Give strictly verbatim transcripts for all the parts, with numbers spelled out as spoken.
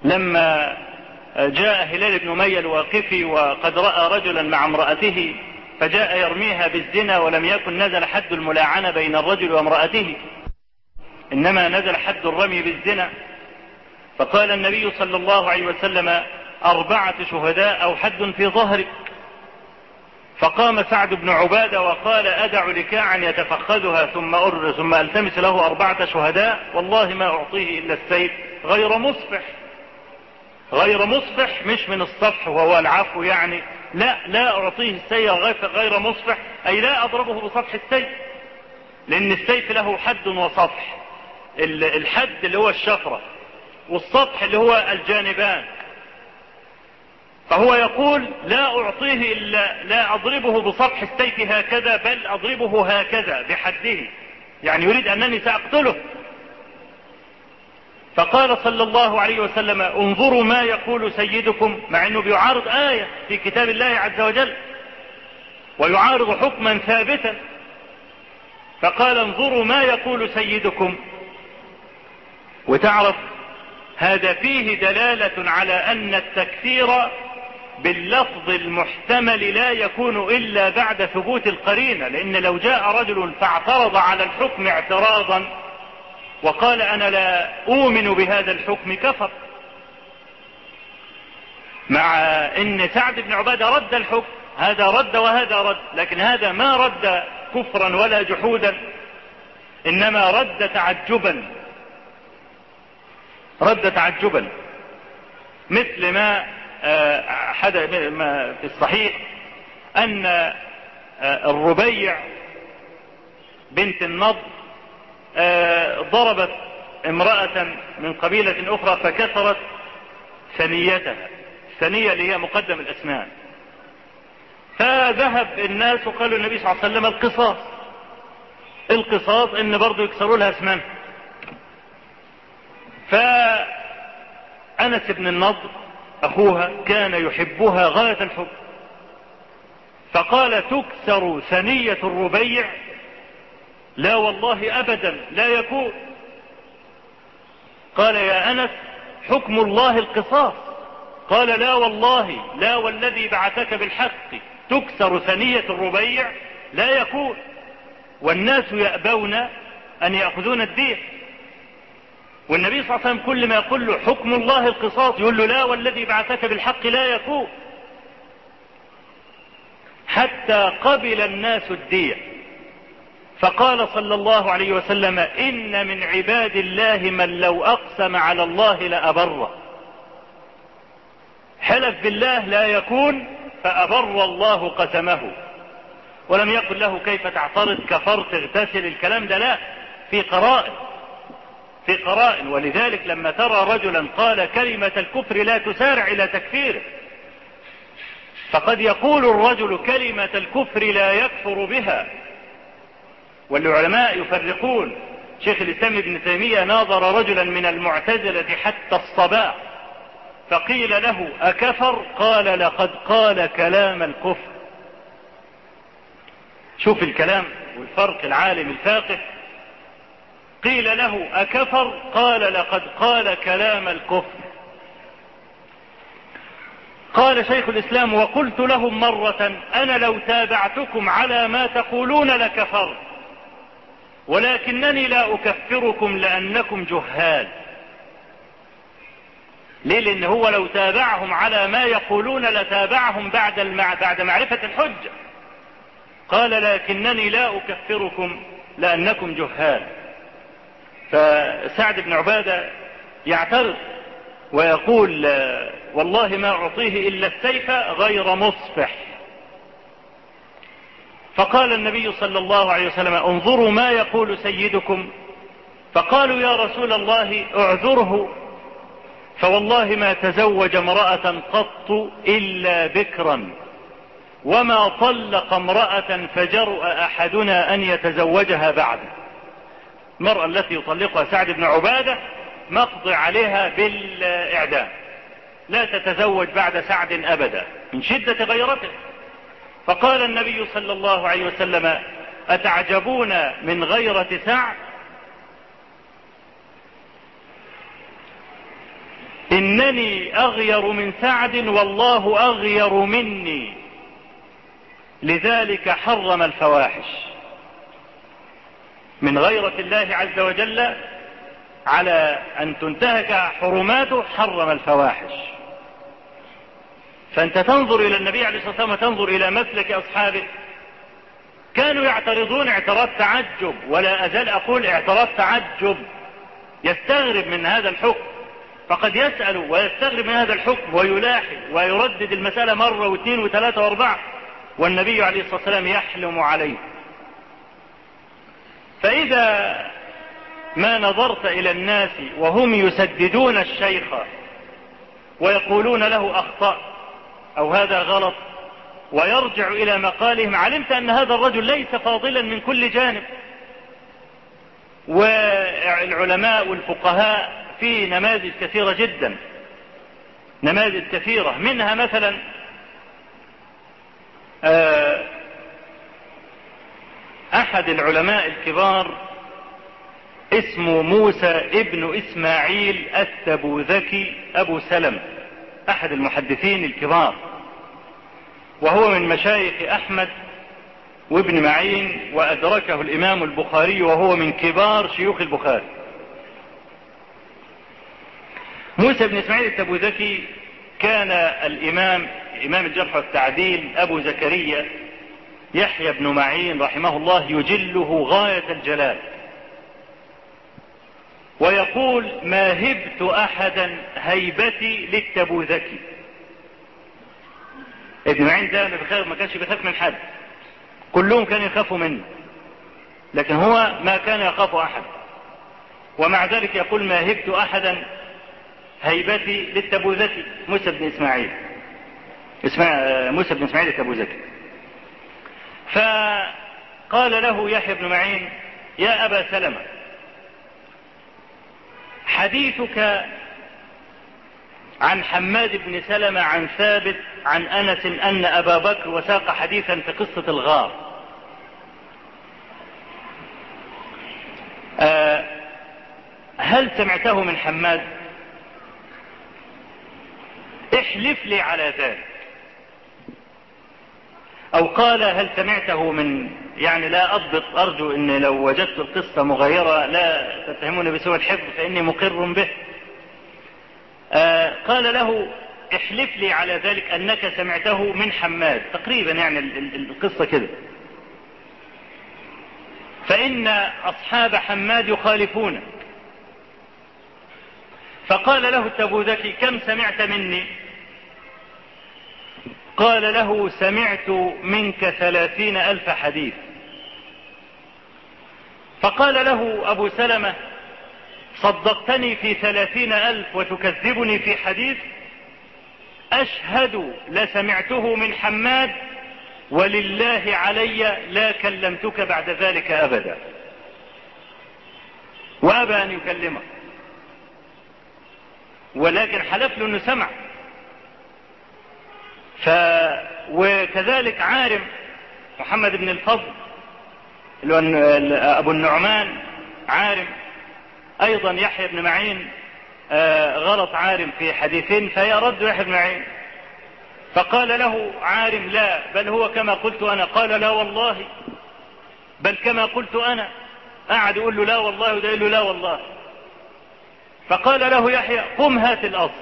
لما جاء هلال بن أمية الواقفي وقد رأى رجلا مع امرأته فجاء يرميها بالزنا، ولم يكن نزل حد الملاعنة بين الرجل وامرأته، إنما نزل حد الرمي بالزنا. فقال النبي صلى الله عليه وسلم: أربعة شهداء أو حد في ظهرك. فقام سعد بن عبادة وقال: أدع لكاعا يتفخذها ثم أر ثم ألتمس له أربعة شهداء، والله ما أعطيه إلا السيف غير مصفح. غير مصفح مش من الصفح وهو العفو يعني، لا لا أعطيه السيف غير مصفح، أي لا أضربه بصفح السيف، لأن السيف له حد وصفح. الحد اللي هو الشفرة، والسطح اللي هو الجانبان. فهو يقول: لا أعطيه إلا لا أضربه بسطح السيف هكذا، بل أضربه هكذا بحده، يعني يريد أنني سأقتله. فقال صلى الله عليه وسلم: انظروا ما يقول سيدكم، مع أنه بيعارض آية في كتاب الله عز وجل ويعارض حكما ثابتا. فقال: انظروا ما يقول سيدكم. وتعرف هذا فيه دلالة على أن التكفير باللفظ المحتمل لا يكون إلا بعد ثبوت القرينة، لأن لو جاء رجل فاعترض على الحكم اعتراضا وقال: أنا لا أؤمن بهذا الحكم، كفر. مع أن سعد بن عبادة رد الحكم، هذا رد وهذا رد، لكن هذا ما رد كفرا ولا جحودا، إنما رد تعجبا، رد تعجبا. مثل ما حدث في الصحيح أن الربيع بنت النضر ضربت امرأة من قبيلة أخرى فكسرت ثنيتها، الثنية اللي هي مقدم الأسنان. فذهب الناس وقالوا النبي صلى الله عليه وسلم: القصاص، القصاص إن برضو يكسروا لها أسنان. فأنس بن النضر أخوها كان يحبها غاية الحب، فقال: تكسر ثنية الربيع؟ لا والله أبدا لا يكون. قال: يا أنس حكم الله القصاص. قال: لا والله، لا والذي بعثك بالحق، تكسر ثنية الربيع؟ لا يكون. والناس يأبون أن يأخذون الدين، والنبي صلى الله عليه وسلم كل ما يقول له حكم الله القصاص يقول له: لا والذي بعثك بالحق لا يكون. حتى قبل الناس الدية. فقال صلى الله عليه وسلم: إن من عباد الله من لو أقسم على الله لأبره. حلف بالله لا يكون فأبر الله قسمه، ولم يقل له كيف تعترض، كفرت، اغتسل، الكلام ده لا، في قرائن، في قرائن. ولذلك لما ترى رجلا قال كلمة الكفر لا تسارع إلى تكفيره، فقد يقول الرجل كلمة الكفر لا يكفر بها. والعلماء يفرقون. شيخ الإسلام ابن تيمية ناظر رجلا من المعتزلة حتى الصباح فقيل له: أكفر؟ قال: لقد قال كلام الكفر. شوف الكلام والفرق، العالم الفاقه. قيل له: أكفر؟ قال: لقد قال كلام الكفر. قال شيخ الإسلام: وقلت لهم مرة: أنا لو تابعتكم على ما تقولون لكفرت، ولكنني لا أكفركم لأنكم جهال. ليه؟ لأن هو لو تابعهم على ما يقولون لتابعهم بعد المع... بعد معرفة الحجة. قال: لكنني لا أكفركم لأنكم جهال. فسعد بن عبادة يعترض ويقول: والله ما أعطيه إلا السيف غير مصفح. فقال النبي صلى الله عليه وسلم: انظروا ما يقول سيدكم. فقالوا: يا رسول الله اعذره، فوالله ما تزوج امرأة قط إلا بكرا، وما طلق امرأة فجرؤ أحدنا أن يتزوجها بعد. المرأة التي يطلقها سعد بن عبادة مقضي عليها بالإعدام، لا تتزوج بعد سعد أبدا من شدة غيرته. فقال النبي صلى الله عليه وسلم: أتعجبون من غيرة سعد؟ إنني أغير من سعد والله أغير مني، لذلك حرم الفواحش. من غيرة الله عز وجل على أن تنتهك حرماته حرم الفواحش. فأنت تنظر إلى النبي عليه الصلاة والسلام وتنظر إلى مسلك أصحابه، كانوا يعترضون اعتراض تعجب، ولا أزال أقول اعتراض تعجب، يستغرب من هذا الحكم، فقد يسأل ويستغرب من هذا الحكم ويلاحظ ويردد المسألة مرة واثنين وثلاثة واربعة، والنبي عليه الصلاة والسلام يحلم عليه. فإذا ما نظرت إلى الناس وهم يسددون الشيخ ويقولون له أخطأ أو هذا غلط ويرجع إلى مقالهم، علمت أن هذا الرجل ليس فاضلا من كل جانب. والعلماء والفقهاء في نماذج كثيرة جدا، نماذج كثيرة، منها مثلا أحد العلماء الكبار اسمه موسى ابن إسماعيل التبوذكي أبو سلم، أحد المحدثين الكبار، وهو من مشايخ أحمد وابن معين، وأدركه الإمام البخاري وهو من كبار شيوخ البخاري. موسى بن إسماعيل التبوذكي كان الإمام إمام الجرح والتعديل أبو زكريا يحيى بن معين رحمه الله يجله غاية الجلال، ويقول: ما هبت أحدا هيبتي للتبوذكي. ابن معين ده ما كانش بيخاف من حد، كلهم كانوا يخافوا منه، لكن هو ما كان يخاف أحد، ومع ذلك يقول: ما هبت أحدا هيبتي للتبوذكي موسى بن إسماعيل اسمع موسى بن إسماعيل التبوذكي. فقال له يحيى بن معين: يا أبا سلمة، حديثك عن حماد بن سلمة عن ثابت عن أنس أن أبا بكر، وساق حديثا في قصة الغار، أه هل سمعته من حماد؟ احلف لي على ذلك. أو قال: هل سمعته من، يعني لا أضبط، أرجو أن لو وجدت القصة مغيرة لا تتهمون بسوء الحفظ فإني مقر به. آه قال له: احلف لي على ذلك أنك سمعته من حماد، تقريبا يعني القصة كده، فإن أصحاب حماد يخالفونك. فقال له التبوذكي: كم سمعت مني؟ قال له: سمعت منك ثلاثين ألف حديث. فقال له أبو سلمة: صدقتني في ثلاثين ألف وتكذبني في حديث؟ أشهد لسمعته من حماد، ولله علي لا كلمتك بعد ذلك أبدا. وأبى أن يكلمه، ولكن حلف له أنه سمع. ف... وكذلك عارم محمد بن الفضل أبو النعمان عارم أيضا يحيى بن معين آه غلط عارم في حديثين فيرد يحيى بن معين. فقال له عارم: لا، بل هو كما قلت أنا. قال: لا والله، بل كما قلت أنا. قعد يقول له لا والله، وده يقول له لا والله. فقال له يحيى: قم هات الأصل.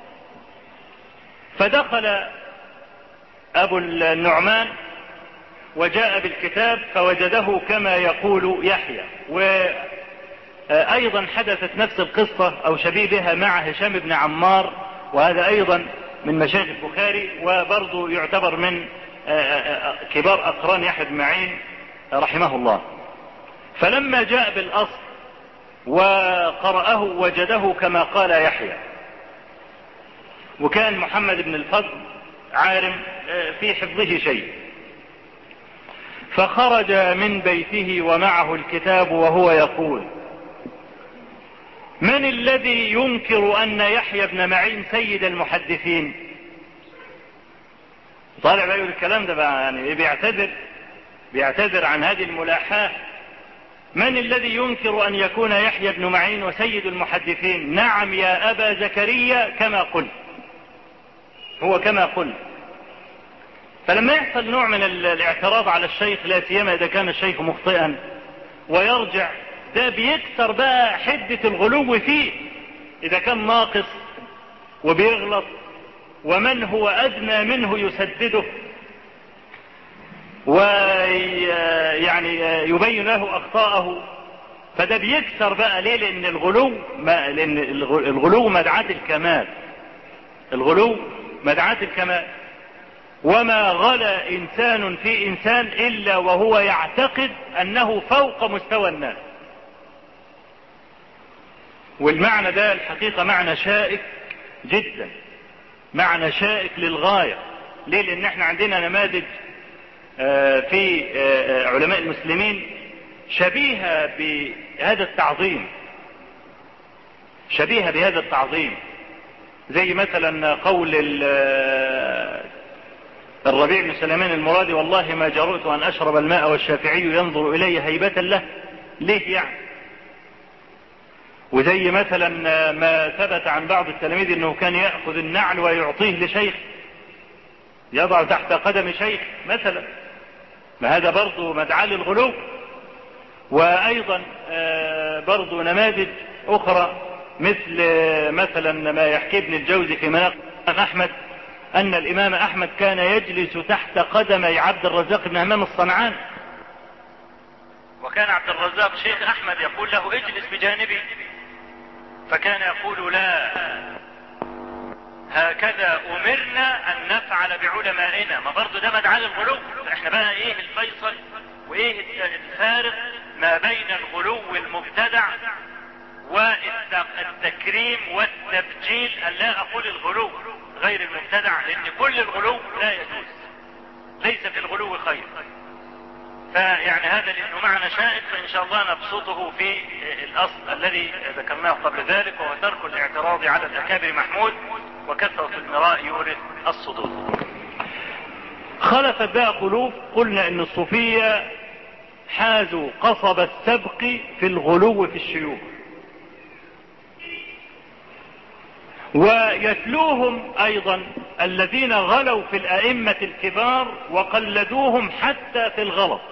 فدخل أبو النعمان وجاء بالكتاب فوجده كما يقول يحيى. وأيضا حدثت نفس القصة أو شبيه بها مع هشام بن عمار، وهذا أيضا من مشايخ البخاري، وبرضه يعتبر من كبار أقران يحيى بن معين رحمه الله. فلما جاء بالأصل وقرأه وجده كما قال يحيى. وكان محمد بن الفضل عارم في حفظه شيء. فخرج من بيته ومعه الكتاب وهو يقول: من الذي ينكر أن يحيى بن معين سيد المحدثين؟ طالع بقى يقول الكلام ده بقى، يعني بيعتذر بيعتذر عن هذه الملاحاة من الذي ينكر أن يكون يحيى بن معين وسيد المحدثين؟ نعم يا أبا زكريا كما قلت، هو كما قلت. فلما يحصل نوع من الاعتراض على الشيخ، لا سيما إذا كان الشيخ مخطئا ويرجع، ده بيكسر بقى حدة الغلو فيه. إذا كان ناقص وبيغلط ومن هو أدنى منه يسدده ويعني يبين له أخطاءه، فده بيكسر بقى. ليه؟ لأن الغلو ما لأن الغلو مدعاة الكمال، الغلو مدعاة الكمال. وما غلا إنسان في إنسان إلا وهو يعتقد أنه فوق مستوى الناس. والمعنى ده الحقيقة معنى شائك جدا، معنى شائك للغاية. ليه؟ لأن احنا عندنا نماذج في علماء المسلمين شبيهة بهذا التعظيم، شبيهة بهذا التعظيم، زي مثلا قول الربيع بن سليمان المرادي: والله ما جرؤت أن أشرب الماء والشافعي ينظر إلي هيبة له. ليه يعني؟ وزي مثلا ما ثبت عن بعض التلاميذ أنه كان يأخذ النعل ويعطيه لشيخ، يضع تحت قدم شيخ مثلا، ما هذا برضو مدعاة للغلو. وأيضا برضو نماذج أخرى مثل مثلا ما يحكي ابن الجوزي في مناقب أحمد أن الإمام أحمد كان يجلس تحت قدمي عبد الرزاق بن همام الصنعاني، وكان عبد الرزاق شيخ أحمد يقول له: اجلس بجانبي، فكان يقول: لا، هكذا أمرنا أن نفعل بعلمائنا. ما برضو ده مدعاة للغلو. احنا بقى ايه الفيصل وايه الفارق ما بين الغلو المبتدع والتكريم والتبجيل؟ أن لا أقول الغلو غير المبتدع، لأن كل الغلو لا يجوز، ليس في الغلو خير. فيعني هذا لأنه معنى شائك، فإن شاء الله نبسطه في الأصل الذي ذكرناه قبل ذلك، وهو ترك الاعتراض على الأكابر محمود، وكثرة المراء يورث الصدور. خلفت بقى قلوب، قلنا إن الصوفية حازوا قصب السبق في الغلو في الشيوخ، ويتلوهم أيضا الذين غلوا في الأئمة الكبار وقلدوهم حتى في الغلط.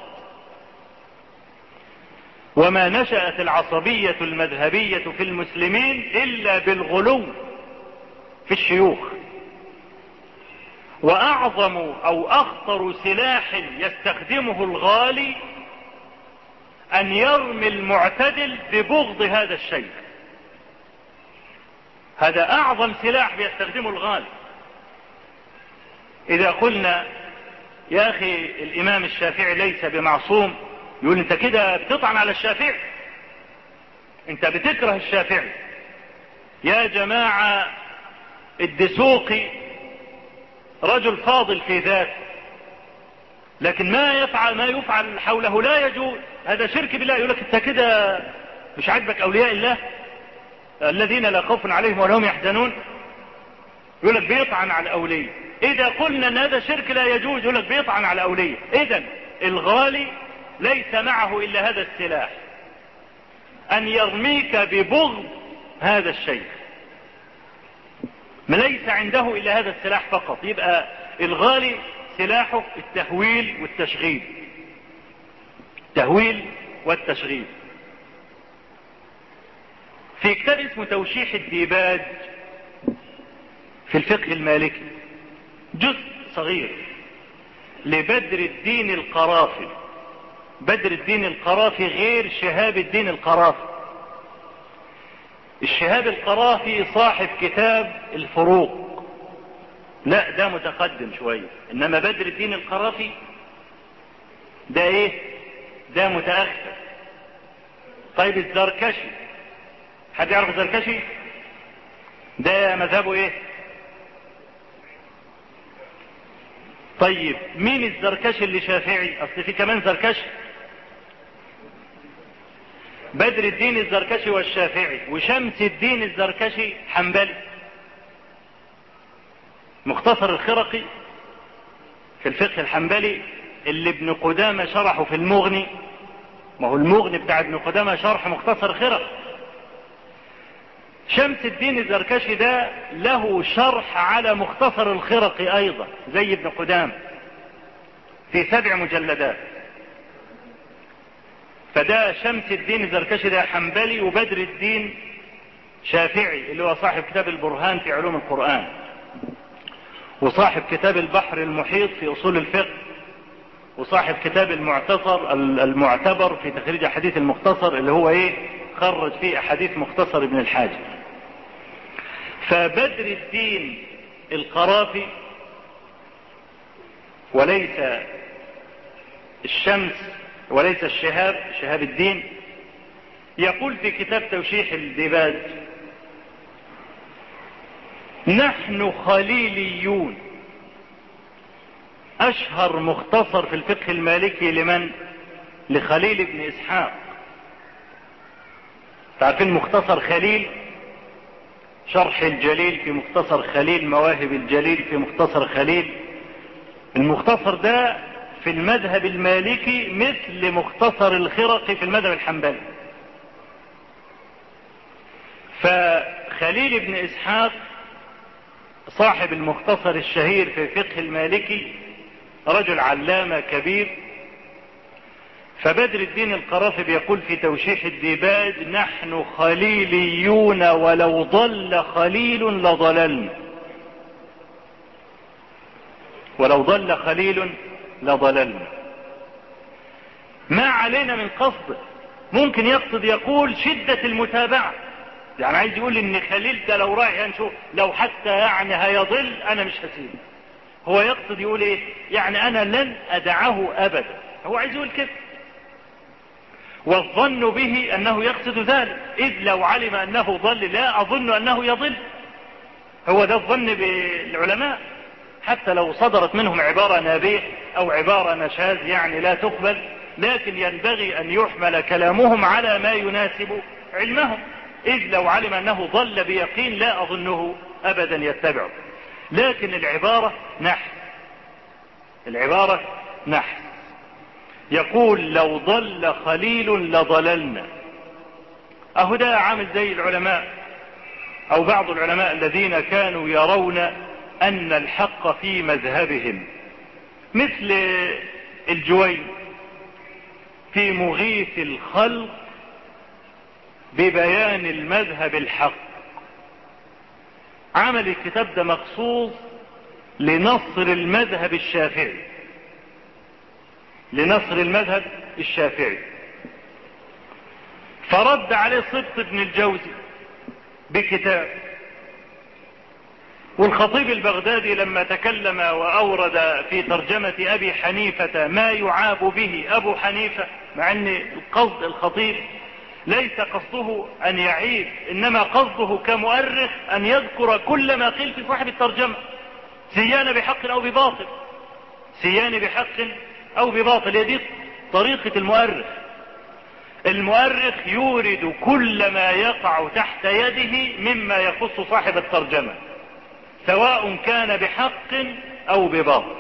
وما نشأت العصبية المذهبية في المسلمين إلا بالغلو في الشيوخ. وأعظم أو أخطر سلاح يستخدمه الغالي أن يرمي المعتدل ببغض هذا الشيء. هذا أعظم سلاح بيستخدمه الغالي. إذا قلنا يا أخي الإمام الشافعي ليس بمعصوم، يقول أنت كده بتطعن على الشافعي، أنت بتكره الشافعي. يا جماعة الدسوقي رجل فاضل في ذاته، لكن ما يفعل ما يفعل حوله لا يجوز، هذا شرك بالله. يقول لك أنت كده مش عاجبك أولياء الله الذين لا خوف عليهم ولا هم يحزنون، يقول لك بيطعن على الأولياء. إذا قلنا أن هذا شرك لا يجوز، يقول لك بيطعن على الأولياء. إذن الغالي ليس معه إلا هذا السلاح، أن يرميك ببغض هذا الشيء، ما ليس عنده إلا هذا السلاح فقط. يبقى الغالي سلاحه التهويل والتشغيل، التهويل والتشغيل. في كتاب اسمه توشيح الديباج في الفقه المالكي، جزء صغير لبدر الدين القرافي. بدر الدين القرافي غير شهاب الدين القرافي. الشهاب القرافي صاحب كتاب الفروق، لا ده متقدم شوية، انما بدر الدين القرافي ده ايه؟ ده متأخر. طيب الزركشي، حد يعرف الزركشي؟ ده مذهبه ايه؟ طيب مين الزركشي اللي شافعي؟ اصل في كمان زركشي. بدر الدين الزركشي والشافعي، وشمس الدين الزركشي حنبلي. مختصر الخرقي في الفقه الحنبلي اللي ابن قدامة شرحه في المغني، ما هو المغني بتاع ابن قدامة شرح مختصر خرق. شمس الدين الزركشي ده له شرح على مختصر الخرق ايضا زي ابن قدامة في سبع مجلدات. فده شمس الدين الزركشي ده حنبلي، وبدر الدين شافعي اللي هو صاحب كتاب البرهان في علوم القرآن، وصاحب كتاب البحر المحيط في اصول الفقه، وصاحب كتاب المعتصر المعتبر في تخريج احاديث المختصر اللي هو ايه خرج فيه احاديث مختصر ابن الحاجب. فبدر الدين القرافي وليس الشمس وليس الشهاب شهاب الدين يقول في كتاب توشيح الديباج: نحن خليليون. اشهر مختصر في الفقه المالكي لمن؟ لخليل بن اسحاق. تعرفين مختصر خليل؟ شرح الجليل في مختصر خليل، مواهب الجليل في مختصر خليل. المختصر ده في المذهب المالكي مثل مختصر الخرقي في المذهب الحنبلي. فخليل بن اسحاق صاحب المختصر الشهير في فقه المالكي رجل علامة كبير. فبدر الدين القرافي بيقول في توشيح الديباج: نحن خليليون ولو ضل خليل لضللنا. ولو ضل خليل لضللنا. ما علينا من قصد. ممكن يقصد يقول شدة المتابعة، يعني عايز يقول ان خليل ده لو رايح هنشوف لو حتى يعني هيضل انا مش هسيبه. هو يقصد يقول ايه؟ يعني انا لن ادعه ابدا. هو عايز يقول كده. والظن به انه يقصد ذلك، اذ لو علم انه ضل لا اظن انه يضل. هو ده الظن بالعلماء، حتى لو صدرت منهم عبارة نابية او عبارة نشاز يعني لا تقبل، لكن ينبغي ان يحمل كلامهم على ما يناسب علمهم، اذ لو علم انه ضل بيقين لا اظنه ابدا يتبعه. لكن العبارة نحس، العبارة نحس. يقول لو ضل خليل لضللنا. اهو ده عامل زي العلماء او بعض العلماء الذين كانوا يرون ان الحق في مذهبهم، مثل الجويني في مغيث الخلق ببيان المذهب الحق. عمل الكتاب ده مخصوص لنصر المذهب الشافعي، لنصر المذهب الشافعي. فرد عليه صبط بن الجوزي بكتاب. والخطيب البغدادي لما تكلم وأورد في ترجمة أبي حنيفة ما يعاب به أبو حنيفة، مع أن القصد الخطيب ليس قصده أن يعيب، إنما قصده كمؤرخ أن يذكر كل ما قيل في صاحب الترجمة، سيان بحق أو بباطل، سيان بحق أو بباطل. يدي طريقة المؤرخ. المؤرخ يورد كل ما يقع تحت يده مما يخص صاحب الترجمة، سواء كان بحق أو بباطل.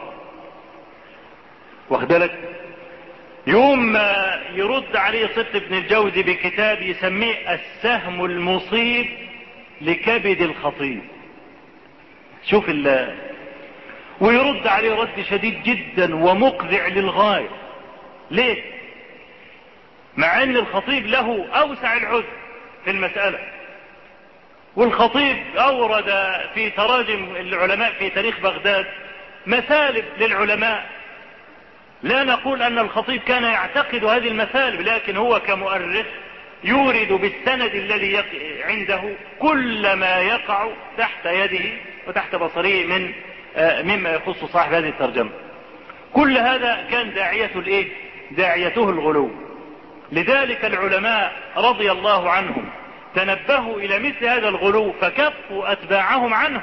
واخدلك؟ يوم ما يرد عليه صبط بن الجوزي بكتاب يسميه السهم المصيب لكبد الخطيب. شوف الله. ويرد عليه رد شديد جدا ومقذع للغاية. ليه؟ مع ان الخطيب له اوسع العذر في المسألة، والخطيب اورد في تراجم العلماء في تاريخ بغداد مثالب للعلماء. لا نقول ان الخطيب كان يعتقد هذه المثالب، لكن هو كمؤرخ يورد بالسند الذي عنده كل ما يقع تحت يده وتحت بصره من مما يخص صاحب هذه الترجمة. كل هذا كان داعية الايه؟ داعيته الغلو. لذلك العلماء رضي الله عنهم تنبهوا الى مثل هذا الغلو فكفوا اتباعهم عنه،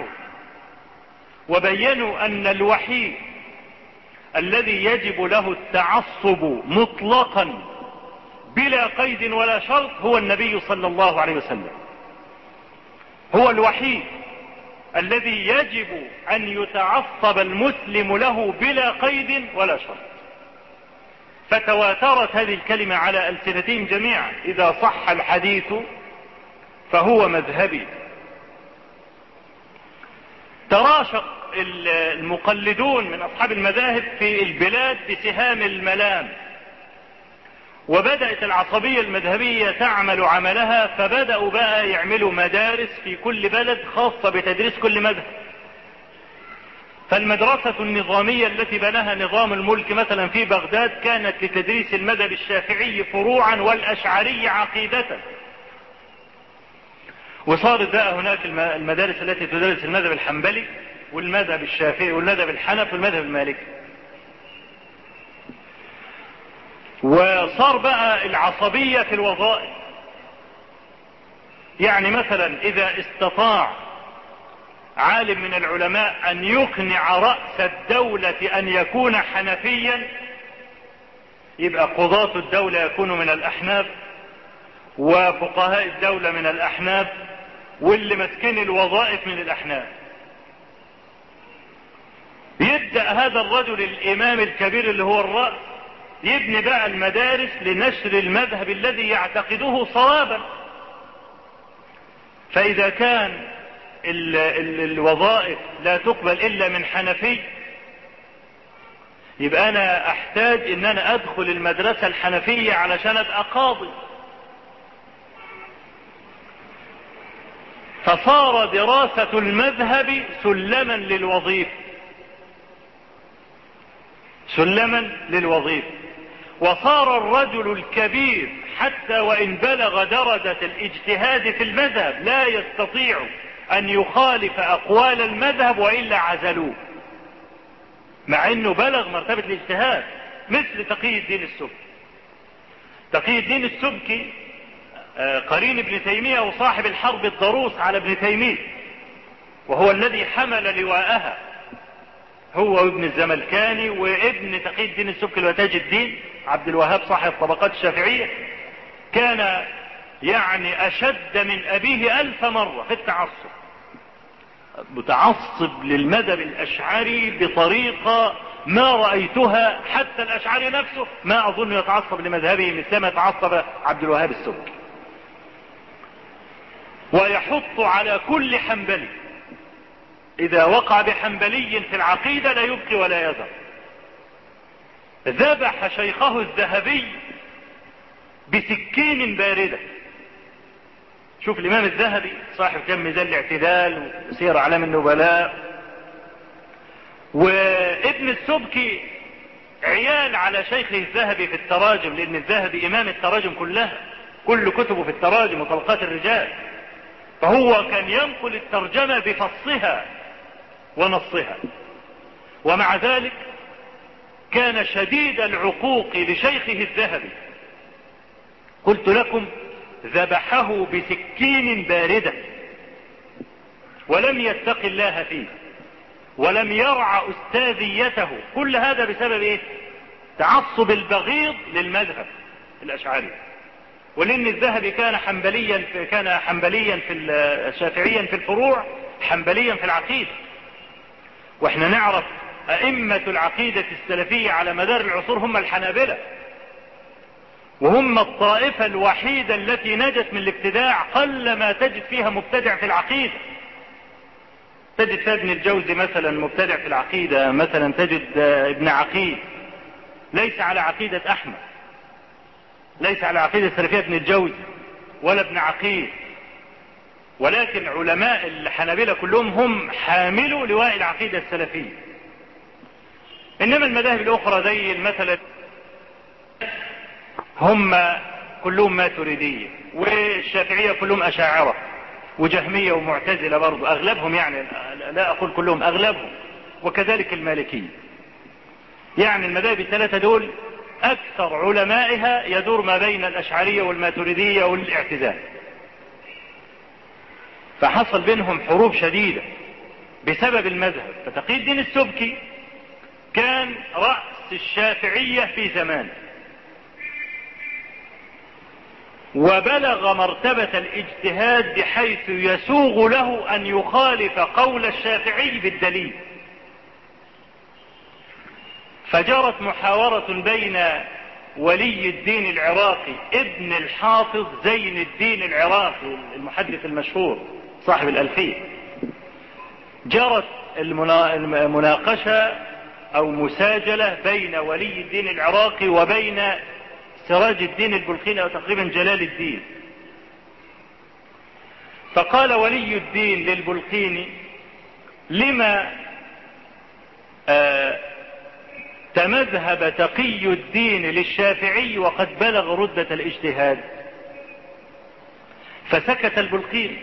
وبينوا ان الوحيد الذي يجب له التعصب مطلقا بلا قيد ولا شرط هو النبي صلى الله عليه وسلم. هو الوحيد الذي يجب ان يتعصب المسلم له بلا قيد ولا شرط. فتواترت هذه الكلمة على ألسنتهم جميعا: إذا صح الحديث فهو مذهبي. تراشق المقلدون من أصحاب المذاهب في البلاد بسهام الملام، وبدأت العصبية المذهبية تعمل عملها، فبدأوا بقى يعملوا مدارس في كل بلد خاصة بتدريس كل مذهب. فالمدرسة النظامية التي بناها نظام الملك مثلا في بغداد كانت لتدريس المذهب الشافعي فروعا والأشعري عقيدة. وصارت بقى هناك المدارس التي تدرس المذهب الحنبلي والمذهب الشافعي والمذهب الحنفي والمذهب المالكي. وصار بقى العصبية في الوظائف، يعني مثلا إذا استطاع عالم من العلماء أن يقنع رأس الدولة أن يكون حنفيا، يبقى قضاة الدولة يكونوا من الأحناف، وفقهاء الدولة من الأحناف، واللي مسكين الوظائف من الأحناف. يبدأ هذا الرجل الإمام الكبير اللي هو الرأس يبني بقى المدارس لنشر المذهب الذي يعتقده صوابا. فإذا كان ال ال الوظائف لا تقبل إلا من حنفي، يبقى أنا أحتاج إن أنا أدخل المدرسة الحنفية علشان أبقى قاضي. فصار دراسة المذهب سلما للوظيفة، سلما للوظيفة. وصار الرجل الكبير حتى وإن بلغ درجة الاجتهاد في المذهب لا يستطيع أن يخالف أقوال المذهب وإلا عزلوه، مع أنه بلغ مرتبة الاجتهاد، مثل تقي الدين السبكي. تقي الدين السبكي قرين ابن تيمية وصاحب الحرب الضروس على ابن تيمية، وهو الذي حمل لواءها، هو وابن الزملكاني وابن تقي الدين السبكي وتاج الدين عبد الوهاب صاحب طبقات الشافعية. كان يعني أشد من أبيه ألف مرة في التعصب، متعصب للمذهب الأشعري بطريقة ما رأيتها. حتى الأشعري نفسه ما أظن يتعصب لمذهبه مثلما يتعصب عبد الوهاب السبكي. ويحط على كل حنبلي إذا وقع بحنبلي في العقيدة لا يبقي ولا يذر. ذبح شيخه الذهبي بسكين باردة. شوف الإمام الذهبي صاحب كم ميزان الاعتدال وسير أعلام النبلاء، وابن السبكي عيال على شيخه الذهبي في التراجم، لأن الذهبي إمام التراجم كلها، كل كتبه في التراجم وطبقات الرجال، فهو كان ينقل الترجمة بفصها ونصها. ومع ذلك كان شديد العقوق لشيخه الذهبي. قلت لكم ذبحه بسكين باردة، ولم يتق الله فيه، ولم يرعى أستاذيته. كل هذا بسبب ايه؟ تعصب البغيض للمذهب الأشعري. ولأن الذهبي كان حنبليا في كان حنبليا في الشافعيا في الفروع، حنبليا في العقيدة. واحنا نعرف أئمة العقيدة السلفية على مدار العصور هم الحنابلة، وهم الطائفة الوحيدة التي نجت من الابتداع. قل ما تجد فيها مبتدع في العقيدة. تجد فيها ابن الجوزي مثلا مبتدع في العقيدة، مثلا تجد ابن عقيل ليس على عقيدة أحمد، ليس على عقيدة السلفية ابن الجوزي ولا ابن عقيل، ولكن علماء الحنابلة كلهم هم حاملوا لواء العقيدة السلفية. إنما المذاهب الأخرى زي مثلا هم كلهم ماتريدية، والشافعية كلهم أشاعرة وجهمية ومعتزلة برضو أغلبهم، يعني لا أقول كلهم، أغلبهم، وكذلك المالكية. يعني المذاهب الثلاثة دول أكثر علمائها يدور ما بين الأشعرية والماتريدية والاعتزال. فحصل بينهم حروب شديدة بسبب المذهب. فتقي الدين السبكي كان رأس الشافعية في زمان، وبلغ مرتبة الاجتهاد بحيث يسوغ له أن يخالف قول الشافعي بالدليل. فجرت محاورة بين ولي الدين العراقي ابن الحافظ زين الدين العراقي المحدث المشهور صاحب الألفية، جرت المناقشة أو مساجلة بين ولي الدين العراقي وبين سراج الدين البلقيني أو تقريبا جلال الدين. فقال ولي الدين للبلقيني: لما آه تمذهب تقي الدين للشافعي وقد بلغ ردة الاجتهاد؟ فسكت البلقيني.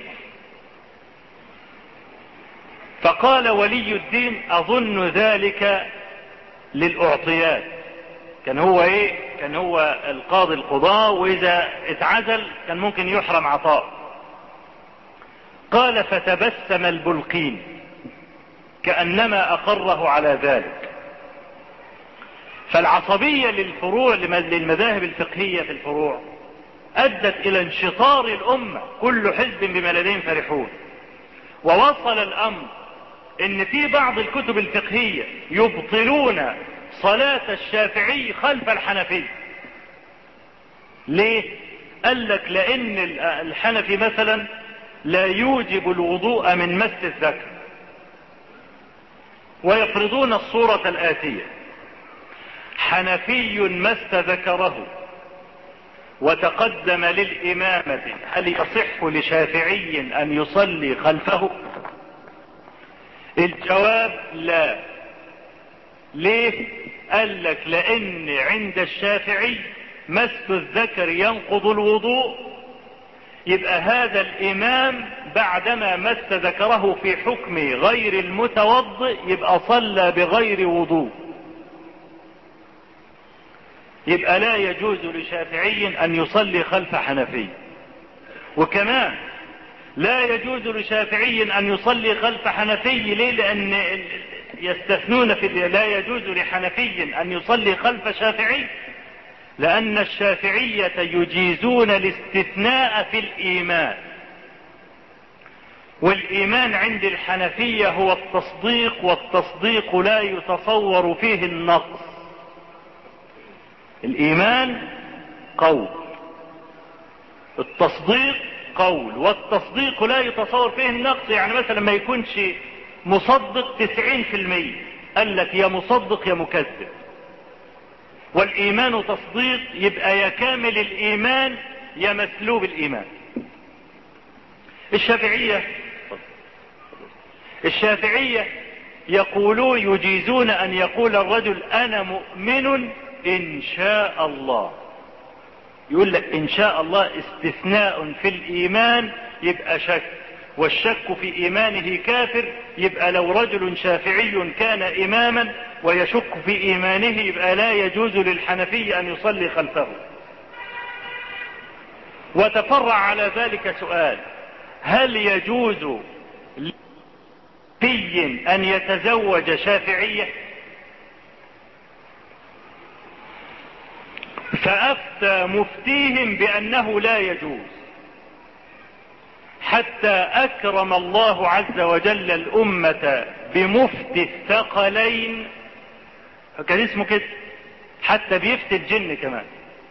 فقال ولي الدين: أظن ذلك للأعطيات. كان هو ايه كان هو القاضي القضاء، واذا اتعزل كان ممكن يحرم عطاء. قال: فتبسم البلقين كأنما أقره على ذلك. فالعصبية للفروع للمذاهب الفقهية في الفروع أدت إلى انشطار الأمة، كل حزب بما لديهم فرحون. ووصل الأمر إن في بعض الكتب الفقهية يبطلون صلاة الشافعي خلف الحنفي. ليه؟ قال لك لأن الحنفي مثلا لا يوجب الوضوء من مس الذكر، ويفرضون الصورة الآتية: حنفي مس ذكره وتقدم للإمامة، هل يصح لشافعي أن يصلي خلفه؟ الجواب: لا. ليه؟ قال لك لأن عند الشافعي مس الذكر ينقض الوضوء، يبقى هذا الإمام بعدما مس ذكره في حكم غير المتوضئ يبقى صلى بغير وضوء، يبقى لا يجوز لشافعي أن يصلي خلف حنفي. وكمان لا يجوز لشافعي أن يصلي خلف حنفي. ليه؟ لأن يستثنون في لا يجوز لحنفي أن يصلي خلف شافعي، لأن الشافعية يجيزون الاستثناء في الإيمان، والإيمان عند الحنفية هو التصديق، والتصديق لا يتصور فيه النقص. الإيمان قول، التصديق قول، والتصديق لا يتصور فيه النقص. يعني مثلا ما يكونش مصدق تسعين في المية، قال لك يا مصدق يا مكذب. والإيمان تصديق، يبقى يا كامل الإيمان يا مسلوب الإيمان. الشافعية الشافعية يقولون يجيزون أن يقول الرجل أنا مؤمن إن شاء الله. يقول لك إن شاء الله استثناء في الإيمان، يبقى شك، والشك في إيمانه كافر. يبقى لو رجل شافعي كان إماما ويشك في إيمانه يبقى لا يجوز للحنفي أن يصلي خلفه. وتفرع على ذلك سؤال: هل يجوز لحنفي أن يتزوج شافعية؟ فأفتى مفتيهم بأنه لا يجوز، حتى أكرم الله عز وجل الأمة بمفتي الثقلين. كان اسمه كده، حتى بيفتي الجن كمان،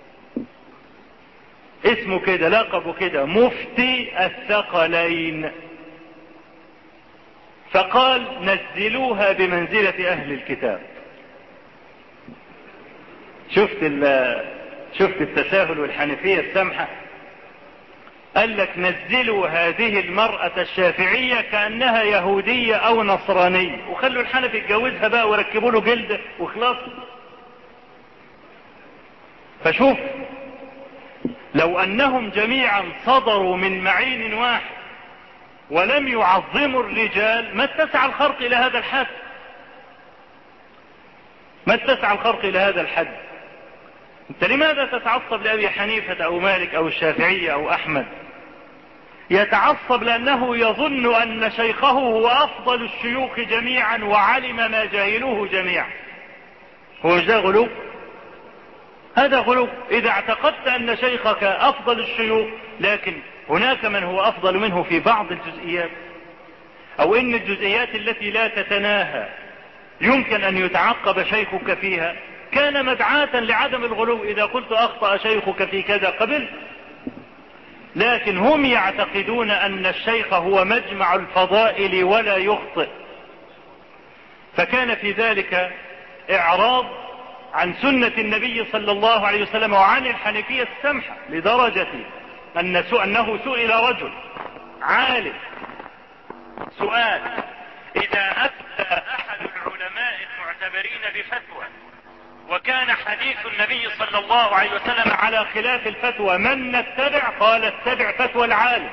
اسمه كده، لقبه كده، مفتي الثقلين. فقال نزلوها بمنزلة أهل الكتاب. شفت شفت التساهل والحنفية السمحة. قال لك نزلوا هذه المرأة الشافعية كأنها يهودية أو نصرانية، وخلوا الحنفي يتجوزها بقى وركبوا له جلدة وخلاص. فشوف، لو أنهم جميعا صدروا من معين واحد ولم يعظموا الرجال ما اتسع الخرق إلى هذا الحد، ما اتسع الخرق إلى هذا الحد. انت لماذا تتعصب لأبي حنيفة أو مالك أو الشافعية أو أحمد؟ يتعصب لأنه يظن أن شيخه هو أفضل الشيوخ جميعا وعلم ما جاهلوه جميعا. هو مش ده غلو؟ هذا غلو إذا اعتقدت أن شيخك أفضل الشيوخ، لكن هناك من هو أفضل منه في بعض الجزئيات، أو إن الجزئيات التي لا تتناهى يمكن أن يتعقب شيخك فيها. كان مدعاة لعدم الغلو. إذا قلت أخطأ شيخك في كذا قبل، لكن هم يعتقدون أن الشيخ هو مجمع الفضائل ولا يخطئ. فكان في ذلك إعراض عن سنة النبي صلى الله عليه وسلم وعن الحنيفية السمحة، لدرجة أن أنه سئل رجل عالم سؤال: إذا أفتى أحد العلماء المعتبرين بفتوى وكان حديث النبي صلى الله عليه وسلم على خلاف الفتوى من نتبع؟ قال: اتبع فتوى العالم.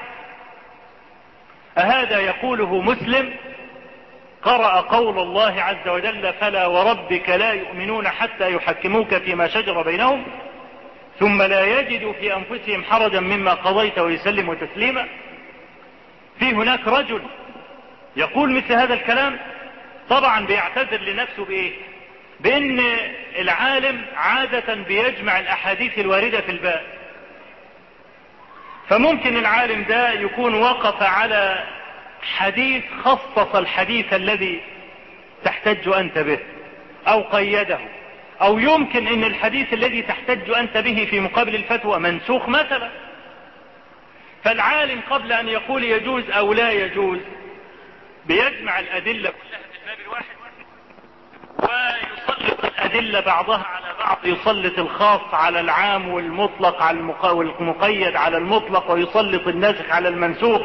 أهذا يقوله مسلم قرأ قول الله عز وجل: فلا وربك لا يؤمنون حتى يحكموك فيما شجر بينهم ثم لا يجدوا في أنفسهم حرجا مما قضيت ويسلموا تسليما؟ في هناك رجل يقول مثل هذا الكلام، طبعا بيعتذر لنفسه بإيه؟ بأن العالم عادة بيجمع الأحاديث الواردة في الباب، فممكن العالم ده يكون وقف على حديث خصص الحديث الذي تحتج أنت به أو قيده، أو يمكن أن الحديث الذي تحتج أنت به في مقابل الفتوى منسوخ مثلا. فالعالم قبل أن يقول يجوز أو لا يجوز بيجمع الأدلة كلها في الباب الواحد ويسلط الأدلة بعضها على بعض، يسلط الخاص على العام والمطلق على المقيد على المطلق، ويسلط الناسخ على المنسوخ،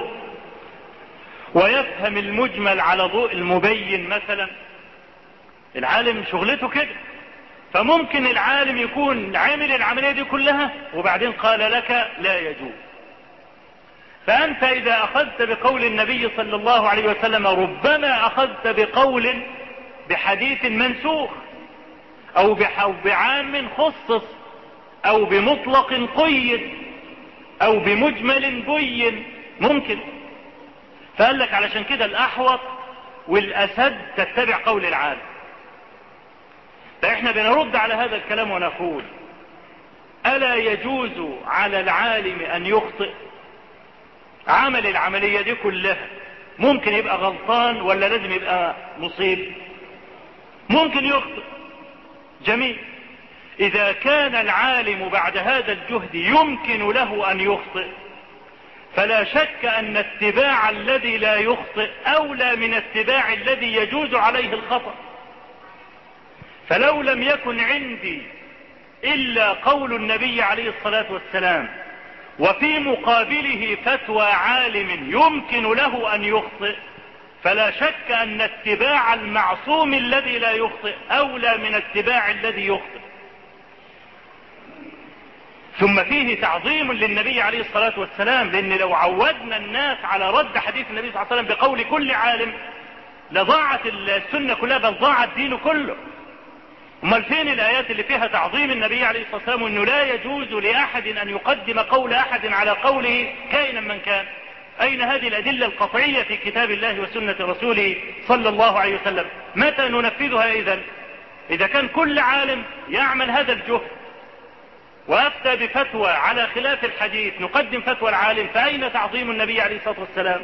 ويفهم المجمل على ضوء المبين مثلا. العالم شغلته كده. فممكن العالم يكون عامل العملية دي كلها وبعدين قال لك لا يجوز. فأنت إذا أخذت بقول النبي صلى الله عليه وسلم ربما أخذت بقول بحديث منسوخ أو بعام خصص أو بمطلق قيد أو بمجمل بين، ممكن. فقال لك علشان كده الأحوط والأسد تتبع قول العالم. فإحنا بنرد على هذا الكلام ونقول: ألا يجوز على العالم أن يخطئ؟ عمل العملية دي كلها ممكن يبقى غلطان ولا لازم يبقى مصيب؟ ممكن يخطئ. جميل. إذا كان العالم بعد هذا الجهد يمكن له أن يخطئ، فلا شك أن اتباع الذي لا يخطئ أولى من اتباع الذي يجوز عليه الخطأ. فلو لم يكن عندي إلا قول النبي عليه الصلاة والسلام وفي مقابله فتوى عالم يمكن له أن يخطئ، فلا شك أن اتباع المعصوم الذي لا يخطئ أولى من اتباع الذي يخطئ. ثم فيه تعظيم للنبي عليه الصلاة والسلام، لأن لو عودنا الناس على رد حديث النبي صلى الله عليه وسلم بقول كل عالم لضاعت السنة كلها، بل ضاع الدين كله. امال فين الآيات اللي فيها تعظيم النبي عليه الصلاة والسلام وأنه لا يجوز لأحد أن يقدم قول أحد على قوله كائنا من كان؟ أين هذه الأدلة القطعية في كتاب الله وسنة رسوله صلى الله عليه وسلم؟ متى ننفذها إذن؟ إذا كان كل عالم يعمل هذا الجهد وأفتى بفتوى على خلاف الحديث نقدم فتوى العالم، فأين تعظيم النبي عليه الصلاة والسلام؟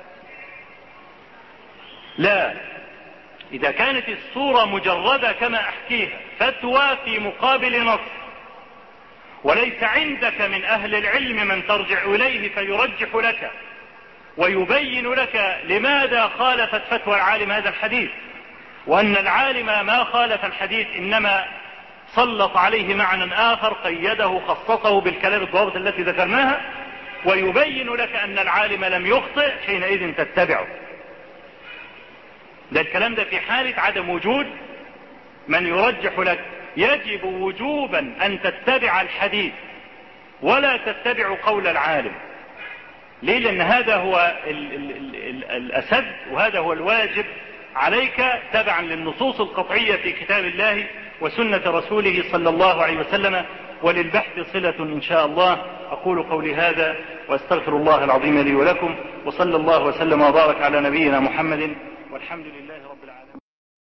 لا. إذا كانت الصورة مجردة كما أحكيها فتوى في مقابل نص، وليس عندك من أهل العلم من ترجع إليه فيرجح لك ويبين لك لماذا خالفت فتوى العالم هذا الحديث، وأن العالم ما خالف الحديث إنما سلط عليه معنى آخر قيده خصصه بالكلام الضوابط التي ذكرناها، ويبين لك أن العالم لم يخطئ، حينئذ تتبعه. ده الكلام ده في حالة عدم وجود من يرجح لك. يجب وجوبا أن تتبع الحديث ولا تتبع قول العالم. ليه؟ لأن هذا هو ال ال ال ال الأسد، وهذا هو الواجب عليك تبعا للنصوص القطعية في كتاب الله وسنة رسوله صلى الله عليه وسلم. وللبحث صلة إن شاء الله. أقول قولي هذا وأستغفر الله العظيم لي ولكم، وصلى الله وسلم وبارك على نبينا محمد، والحمد لله رب العالمين.